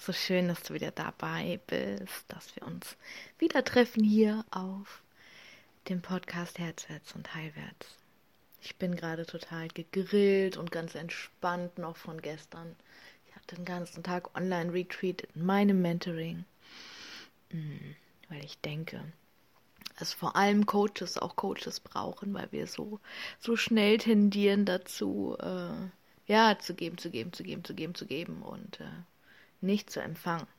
So schön, dass du wieder dabei bist, dass wir uns wieder treffen hier auf dem Podcast Herzwärts und Heilwärts. Ich bin gerade total gegrillt und ganz entspannt noch von gestern. Ich hatte den ganzen Tag Online-Retreat in meinem Mentoring, weil ich denke, dass vor allem Coaches auch Coaches brauchen, weil wir so schnell tendieren dazu, zu geben und nicht zu empfangen.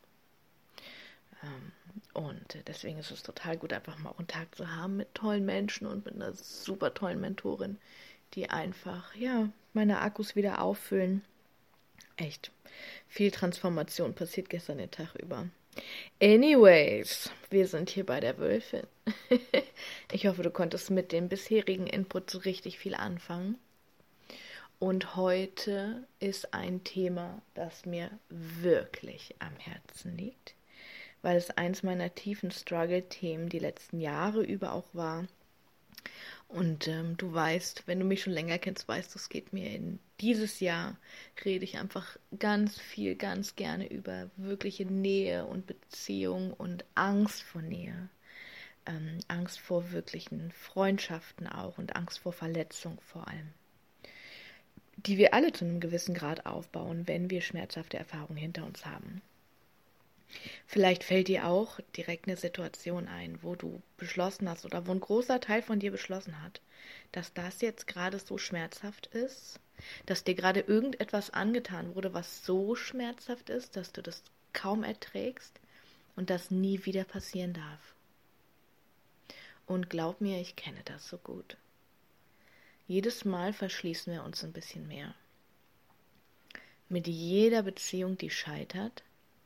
Und deswegen ist es total gut, einfach mal auch einen Tag zu haben mit tollen Menschen und mit einer super tollen Mentorin, die einfach, meine Akkus wieder auffüllen. Echt, viel Transformation passiert gestern den Tag über. Anyways, wir sind hier bei der Wölfin. Ich hoffe, du konntest mit dem bisherigen Input so richtig viel anfangen. Und heute ist ein Thema, das mir wirklich am Herzen liegt, weil es eins meiner tiefen Struggle-Themen die letzten Jahre über auch war. Und du weißt, wenn du mich schon länger kennst, weißt du, es geht mir in dieses Jahr, rede ich einfach ganz viel, ganz gerne über wirkliche Nähe und Beziehung und Angst vor Nähe. Angst vor wirklichen Freundschaften auch und Angst vor Verletzung vor allem, die wir alle zu einem gewissen Grad aufbauen, wenn wir schmerzhafte Erfahrungen hinter uns haben. Vielleicht fällt dir auch direkt eine Situation ein, wo du beschlossen hast oder wo ein großer Teil von dir beschlossen hat, dass das jetzt gerade so schmerzhaft ist, dass dir gerade irgendetwas angetan wurde, was so schmerzhaft ist, dass du das kaum erträgst und das nie wieder passieren darf. Und glaub mir, ich kenne das so gut. Jedes Mal verschließen wir uns ein bisschen mehr. Mit jeder Beziehung, die scheitert,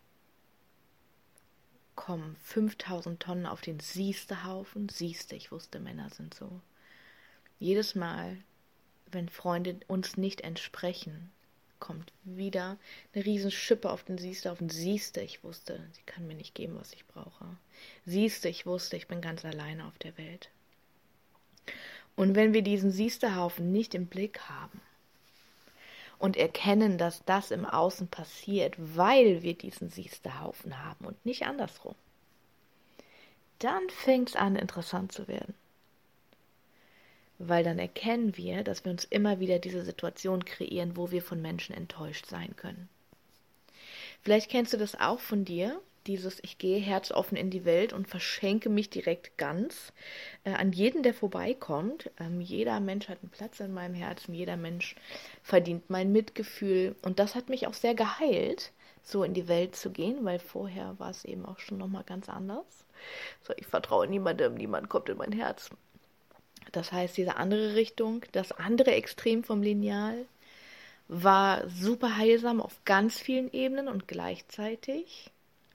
kommen 5000 Tonnen auf den Siehste-Haufen. Siehste, ich wusste, Männer sind so. Jedes Mal, wenn Freunde uns nicht entsprechen, kommt wieder eine riesen Schippe auf den Siehste-Haufen. Siehste, ich wusste, sie kann mir nicht geben, was ich brauche. Siehste, ich wusste, ich bin ganz alleine auf der Welt. Und wenn wir diesen Siehste-Haufen nicht im Blick haben und erkennen, dass das im Außen passiert, weil wir diesen Siehste-Haufen haben und nicht andersrum, dann fängt es an, interessant zu werden. Weil dann erkennen wir, dass wir uns immer wieder diese Situation kreieren, wo wir von Menschen enttäuscht sein können. Vielleicht kennst du das auch von dir, dieses ich gehe herzoffen in die Welt und verschenke mich direkt ganz an jeden, der vorbeikommt. Jeder Mensch hat einen Platz in meinem Herzen, jeder Mensch verdient mein Mitgefühl. Und das hat mich auch sehr geheilt, so in die Welt zu gehen, weil vorher war es eben auch schon nochmal ganz anders. So, ich vertraue niemandem, niemand kommt in mein Herz. Das heißt, diese andere Richtung, das andere Extrem vom Lineal, war super heilsam auf ganz vielen Ebenen und gleichzeitig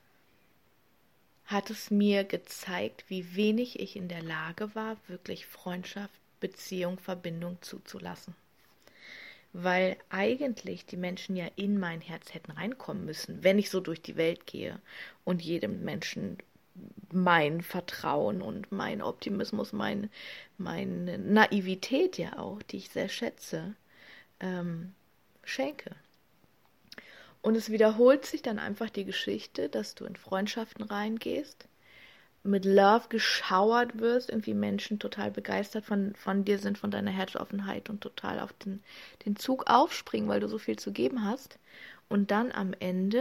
hat es mir gezeigt, wie wenig ich in der Lage war, wirklich Freundschaft, Beziehung, Verbindung zuzulassen. Weil eigentlich die Menschen ja in mein Herz hätten reinkommen müssen, wenn ich so durch die Welt gehe und jedem Menschen mein Vertrauen und mein Optimismus, meine Naivität ja auch, die ich sehr schätze, schenke. Und es wiederholt sich dann einfach die Geschichte, dass du in Freundschaften reingehst, mit Love geschauert wirst, irgendwie Menschen total begeistert von dir sind, von deiner Herzoffenheit und total auf den Zug aufspringen, weil du so viel zu geben hast. Und dann am Ende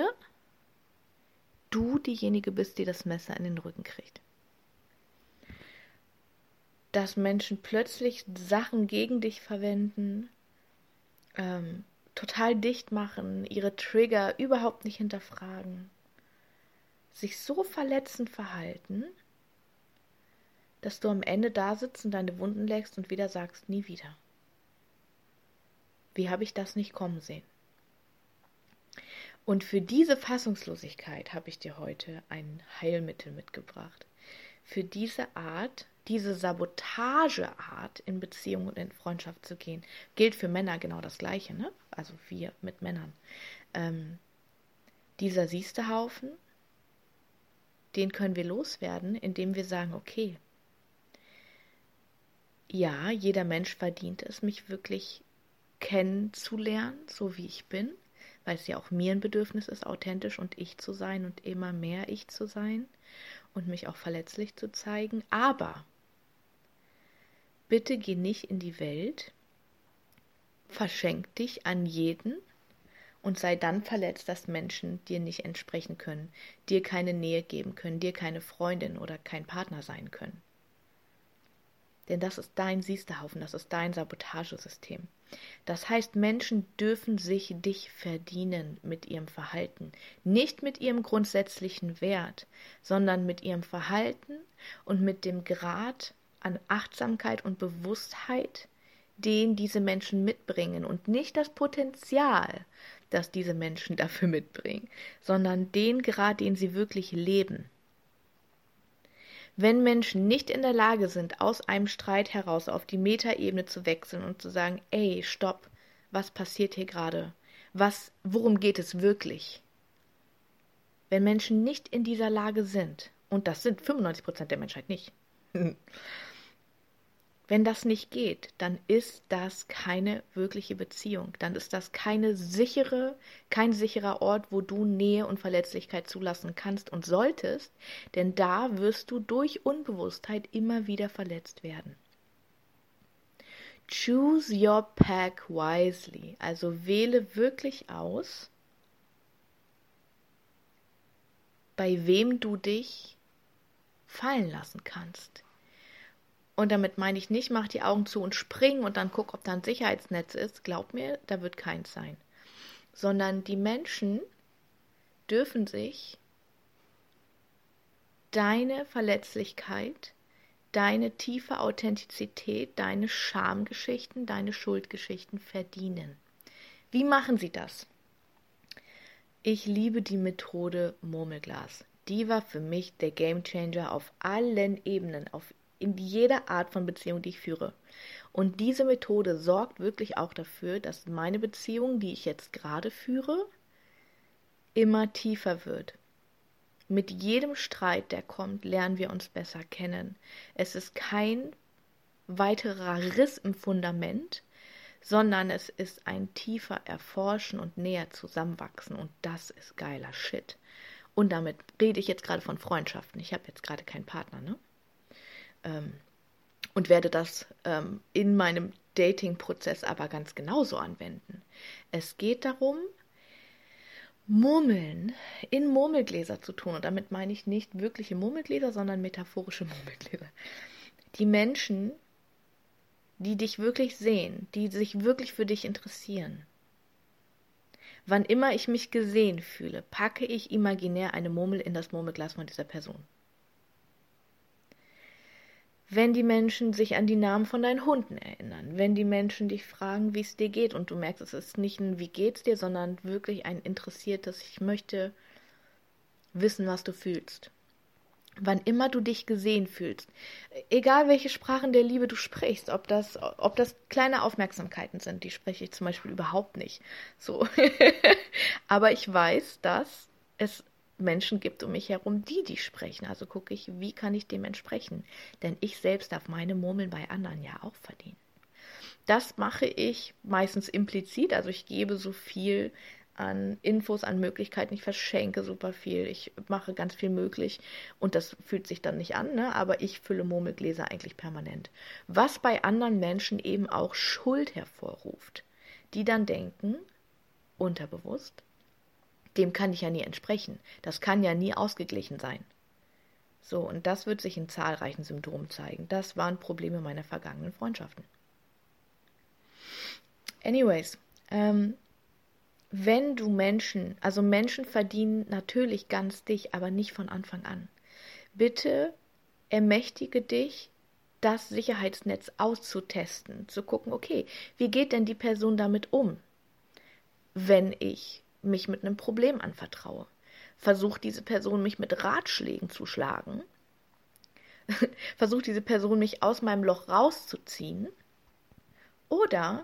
du diejenige bist, die das Messer in den Rücken kriegt. Dass Menschen plötzlich Sachen gegen dich verwenden, total dicht machen, ihre Trigger überhaupt nicht hinterfragen, sich so verletzend verhalten, dass du am Ende da sitzt und deine Wunden legst und wieder sagst, nie wieder. Wie habe ich das nicht kommen sehen? Und für diese Fassungslosigkeit habe ich dir heute ein Heilmittel mitgebracht. Für diese Art, diese Sabotageart in Beziehung und in Freundschaft zu gehen, gilt für Männer genau das Gleiche, ne? Also wir mit Männern. Dieser Siestehaufen, den können wir loswerden, indem wir sagen, okay, ja, jeder Mensch verdient es, mich wirklich kennenzulernen, so wie ich bin, weil es ja auch mir ein Bedürfnis ist, authentisch und ich zu sein und immer mehr ich zu sein und mich auch verletzlich zu zeigen. Aber bitte geh nicht in die Welt, verschenk dich an jeden und sei dann verletzt, dass Menschen dir nicht entsprechen können, dir keine Nähe geben können, dir keine Freundin oder kein Partner sein können. Denn das ist dein Siesterhaufen, das ist dein Sabotagesystem. Das heißt, Menschen dürfen sich dich verdienen mit ihrem Verhalten. Nicht mit ihrem grundsätzlichen Wert, sondern mit ihrem Verhalten und mit dem Grad an Achtsamkeit und Bewusstheit, den diese Menschen mitbringen. Und nicht das Potenzial, das diese Menschen dafür mitbringen, sondern den Grad, den sie wirklich leben. Wenn Menschen nicht in der Lage sind, aus einem Streit heraus auf die Metaebene zu wechseln und zu sagen, ey, stopp, was passiert hier gerade? Worum geht es wirklich? Wenn Menschen nicht in dieser Lage sind, und das sind 95% der Menschheit nicht, wenn das nicht geht, dann ist das keine wirkliche Beziehung. Dann ist das kein sicherer Ort, wo du Nähe und Verletzlichkeit zulassen kannst und solltest, denn da wirst du durch Unbewusstheit immer wieder verletzt werden. Choose your pack wisely, also wähle wirklich aus, bei wem du dich fallen lassen kannst. Und damit meine ich nicht, mach die Augen zu und spring und dann guck, ob da ein Sicherheitsnetz ist. Glaub mir, da wird keins sein. Sondern die Menschen dürfen sich deine Verletzlichkeit, deine tiefe Authentizität, deine Schamgeschichten, deine Schuldgeschichten verdienen. Wie machen sie das? Ich liebe die Methode Murmelglas. Die war für mich der Gamechanger auf allen Ebenen, in jeder Art von Beziehung, die ich führe. Und diese Methode sorgt wirklich auch dafür, dass meine Beziehung, die ich jetzt gerade führe, immer tiefer wird. Mit jedem Streit, der kommt, lernen wir uns besser kennen. Es ist kein weiterer Riss im Fundament, sondern es ist ein tiefer Erforschen und näher zusammenwachsen. Und das ist geiler Shit. Und damit rede ich jetzt gerade von Freundschaften. Ich habe jetzt gerade keinen Partner, ne? Und werde das in meinem Dating-Prozess aber ganz genauso anwenden. Es geht darum, Murmeln in Murmelgläser zu tun. Und damit meine ich nicht wirkliche Murmelgläser, sondern metaphorische Murmelgläser. Die Menschen, die dich wirklich sehen, die sich wirklich für dich interessieren. Wann immer ich mich gesehen fühle, packe ich imaginär eine Murmel in das Murmelglas von dieser Person. Wenn die Menschen sich an die Namen von deinen Hunden erinnern, wenn die Menschen dich fragen, wie es dir geht und du merkst, es ist nicht ein wie geht's dir, sondern wirklich ein interessiertes, ich möchte wissen, was du fühlst. Wann immer du dich gesehen fühlst, egal welche Sprachen der Liebe du sprichst, ob das kleine Aufmerksamkeiten sind, die spreche ich zum Beispiel überhaupt nicht. So. Aber ich weiß, dass es Menschen gibt um mich herum, die sprechen. Also gucke ich, wie kann ich dem entsprechen? Denn ich selbst darf meine Murmeln bei anderen ja auch verdienen. Das mache ich meistens implizit, also ich gebe so viel an Infos, an Möglichkeiten, ich verschenke super viel, ich mache ganz viel möglich und das fühlt sich dann nicht an, ne? Aber ich fülle Murmelgläser eigentlich permanent. Was bei anderen Menschen eben auch Schuld hervorruft, die dann denken, unterbewusst, dem kann ich ja nie entsprechen. Das kann ja nie ausgeglichen sein. So, und das wird sich in zahlreichen Symptomen zeigen. Das waren Probleme meiner vergangenen Freundschaften. Anyways, wenn du Menschen verdienen natürlich ganz dich, aber nicht von Anfang an. Bitte ermächtige dich, das Sicherheitsnetz auszutesten, zu gucken, okay, wie geht denn die Person damit um, wenn ich mich mit einem Problem anvertraue? Versucht diese Person, mich mit Ratschlägen zu schlagen? Versucht diese Person, mich aus meinem Loch rauszuziehen? Oder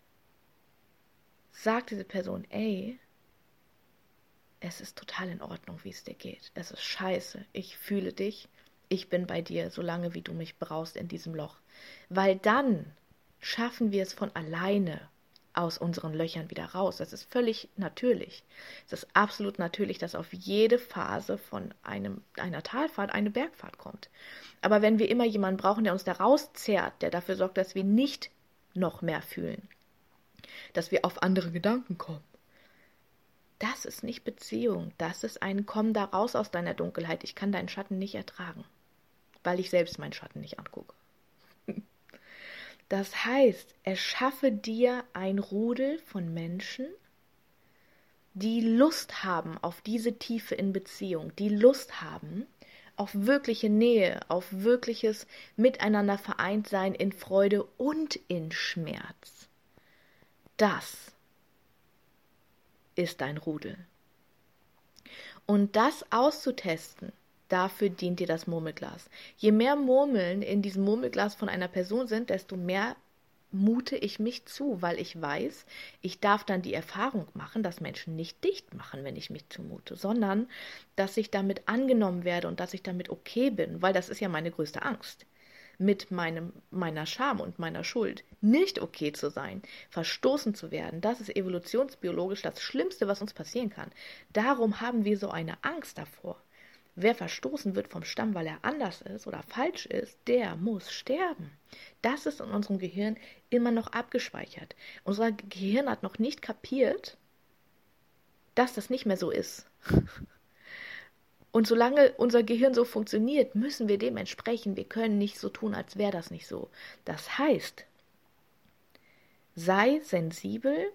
sagt diese Person, ey, es ist total in Ordnung, wie es dir geht. Es ist scheiße, ich fühle dich, ich bin bei dir, solange wie du mich brauchst in diesem Loch. Weil dann schaffen wir es von alleine, aus unseren Löchern wieder raus. Das ist völlig natürlich. Es ist absolut natürlich, dass auf jede Phase von einer Talfahrt eine Bergfahrt kommt. Aber wenn wir immer jemanden brauchen, der uns da rauszerrt, der dafür sorgt, dass wir nicht noch mehr fühlen, dass wir auf andere Gedanken kommen, das ist nicht Beziehung. Das ist ein Komm da raus aus deiner Dunkelheit. Ich kann deinen Schatten nicht ertragen, weil ich selbst meinen Schatten nicht angucke. Das heißt, erschaffe dir ein Rudel von Menschen, die Lust haben auf diese Tiefe in Beziehung, die Lust haben auf wirkliche Nähe, auf wirkliches Miteinander vereint sein in Freude und in Schmerz. Das ist dein Rudel. Und das auszutesten, dafür dient dir das Murmelglas. Je mehr Murmeln in diesem Murmelglas von einer Person sind, desto mehr mute ich mich zu, weil ich weiß, ich darf dann die Erfahrung machen, dass Menschen nicht dicht machen, wenn ich mich zumute, sondern dass ich damit angenommen werde und dass ich damit okay bin, weil das ist ja meine größte Angst, mit meiner Scham und meiner Schuld nicht okay zu sein, verstoßen zu werden. Das ist evolutionsbiologisch das Schlimmste, was uns passieren kann. Darum haben wir so eine Angst davor. Wer verstoßen wird vom Stamm, weil er anders ist oder falsch ist, der muss sterben. Das ist in unserem Gehirn immer noch abgespeichert. Unser Gehirn hat noch nicht kapiert, dass das nicht mehr so ist. Und solange unser Gehirn so funktioniert, müssen wir dementsprechend, wir können nicht so tun, als wäre das nicht so. Das heißt, sei sensibel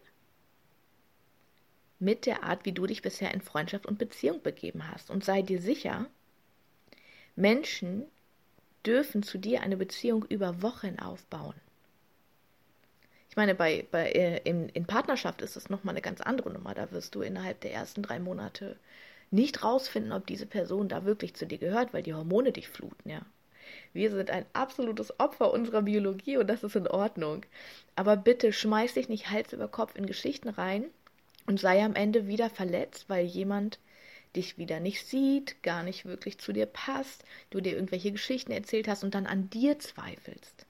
mit der Art, wie du dich bisher in Freundschaft und Beziehung begeben hast. Und sei dir sicher, Menschen dürfen zu dir eine Beziehung über Wochen aufbauen. Ich meine, in Partnerschaft ist es nochmal eine ganz andere Nummer. Da wirst du innerhalb der ersten 3 Monate nicht rausfinden, ob diese Person da wirklich zu dir gehört, weil die Hormone dich fluten, ja. Wir sind ein absolutes Opfer unserer Biologie und das ist in Ordnung. Aber bitte schmeiß dich nicht Hals über Kopf in Geschichten rein und sei am Ende wieder verletzt, weil jemand dich wieder nicht sieht, gar nicht wirklich zu dir passt, du dir irgendwelche Geschichten erzählt hast und dann an dir zweifelst.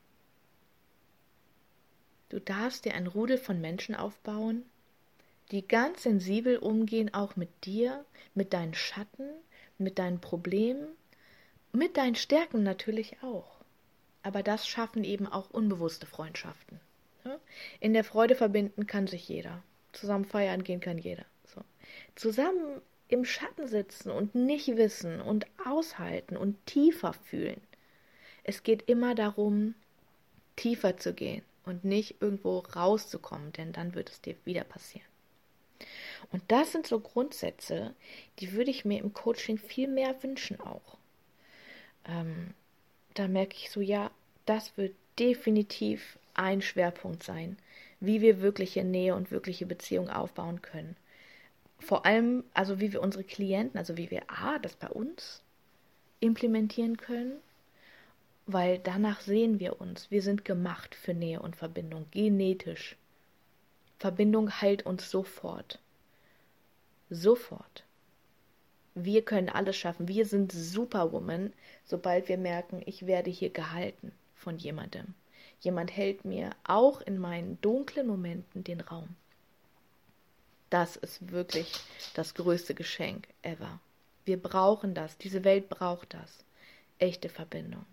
Du darfst dir ein Rudel von Menschen aufbauen, die ganz sensibel umgehen, auch mit dir, mit deinen Schatten, mit deinen Problemen, mit deinen Stärken natürlich auch. Aber das schaffen eben auch unbewusste Freundschaften. In der Freude verbinden kann sich jeder. Zusammen feiern gehen kann jeder. So. Zusammen im Schatten sitzen und nicht wissen und aushalten und tiefer fühlen. Es geht immer darum, tiefer zu gehen und nicht irgendwo rauszukommen, denn dann wird es dir wieder passieren. Und das sind so Grundsätze, die würde ich mir im Coaching viel mehr wünschen auch. Da merke ich so, ja, das wird definitiv ein Schwerpunkt sein, wie wir wirkliche Nähe und wirkliche Beziehung aufbauen können. Vor allem, also wie wir unsere Klienten, also wie wir das bei uns implementieren können, weil danach sehen wir uns. Wir sind gemacht für Nähe und Verbindung, genetisch. Verbindung heilt uns sofort. Sofort. Wir können alles schaffen. Wir sind Superwoman, sobald wir merken, ich werde hier gehalten von jemandem. Jemand hält mir auch in meinen dunklen Momenten den Raum. Das ist wirklich das größte Geschenk ever. Wir brauchen das. Diese Welt braucht das. Echte Verbindung.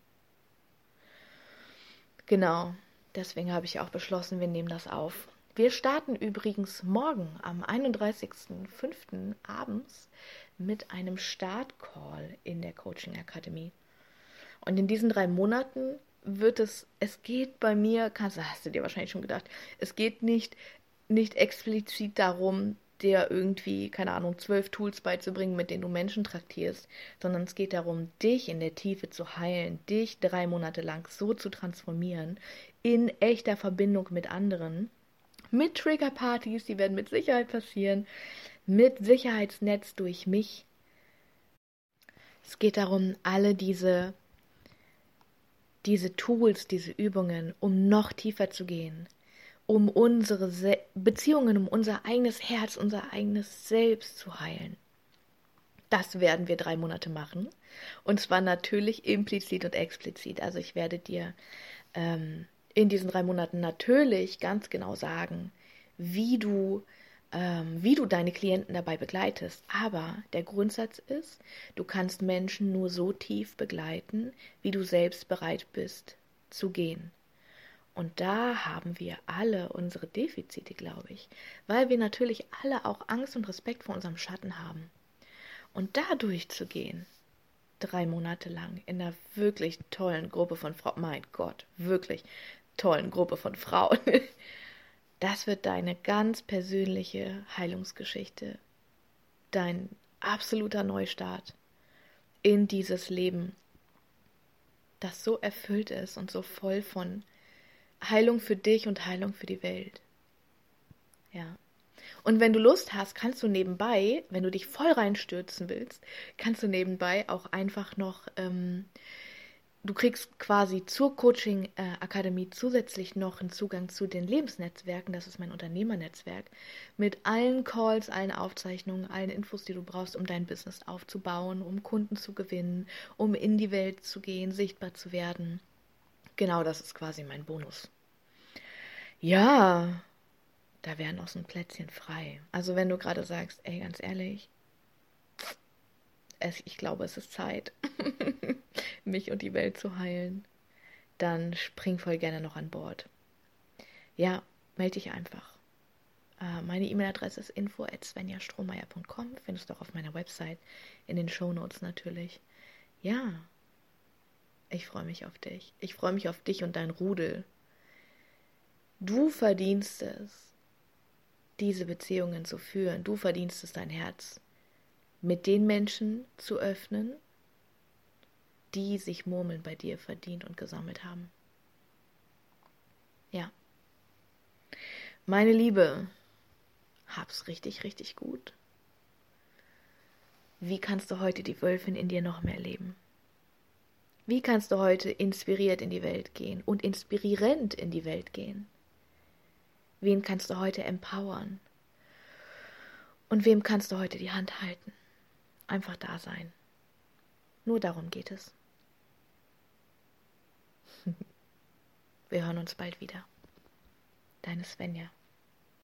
Genau. Deswegen habe ich auch beschlossen, wir nehmen das auf. Wir starten übrigens morgen am 31.05. abends mit einem Startcall in der Coaching Academy. Und in diesen 3 Monaten es geht bei mir, hast du dir wahrscheinlich schon gedacht, es geht nicht explizit darum, dir irgendwie, 12 Tools beizubringen, mit denen du Menschen traktierst, sondern es geht darum, dich in der Tiefe zu heilen, dich 3 Monate lang so zu transformieren, in echter Verbindung mit anderen, mit Triggerpartys, die werden mit Sicherheit passieren, mit Sicherheitsnetz durch mich. Es geht darum, alle diese Tools, diese Übungen, um noch tiefer zu gehen, um unsere Beziehungen, um unser eigenes Herz, unser eigenes Selbst zu heilen. Das werden wir 3 Monate machen. Und zwar natürlich implizit und explizit. Also ich werde dir in diesen 3 Monaten natürlich ganz genau sagen, wie du, wie du deine Klienten dabei begleitest. Aber der Grundsatz ist, du kannst Menschen nur so tief begleiten, wie du selbst bereit bist zu gehen. Und da haben wir alle unsere Defizite, glaube ich, weil wir natürlich alle auch Angst und Respekt vor unserem Schatten haben. Und da durchzugehen, 3 Monate lang in einer wirklich tollen Gruppe von Frauen, mein Gott, wirklich tollen Gruppe von Frauen, das wird deine ganz persönliche Heilungsgeschichte, dein absoluter Neustart in dieses Leben, das so erfüllt ist und so voll von Heilung für dich und Heilung für die Welt. Ja. Und wenn du Lust hast, kannst du nebenbei, wenn du dich voll reinstürzen willst, kannst du nebenbei auch einfach noch, du kriegst quasi zur Coaching-Akademie zusätzlich noch einen Zugang zu den Lebensnetzwerken, das ist mein Unternehmernetzwerk, mit allen Calls, allen Aufzeichnungen, allen Infos, die du brauchst, um dein Business aufzubauen, um Kunden zu gewinnen, um in die Welt zu gehen, sichtbar zu werden. Genau, das ist quasi mein Bonus. Ja, da wäre noch so ein Plätzchen frei. Also wenn du gerade sagst, ey, ganz ehrlich, ich glaube, es ist Zeit, mich und die Welt zu heilen, dann spring voll gerne noch an Bord. Ja, melde dich einfach. Meine E-Mail-Adresse ist info@svenjastrohmeier.com. Findest du auch auf meiner Website, in den Shownotes natürlich. Ja, ich freue mich auf dich. Ich freue mich auf dich und dein Rudel. Du verdienst es, diese Beziehungen zu führen. Du verdienst es, dein Herz mit den Menschen zu öffnen, die sich Murmeln bei dir verdient und gesammelt haben. Ja. Meine Liebe, hab's richtig, richtig gut. Wie kannst du heute die Wölfin in dir noch mehr leben? Wie kannst du heute inspiriert in die Welt gehen und inspirierend in die Welt gehen? Wen kannst du heute empowern? Und wem kannst du heute die Hand halten? Einfach da sein. Nur darum geht es. Wir hören uns bald wieder. Deine Svenja.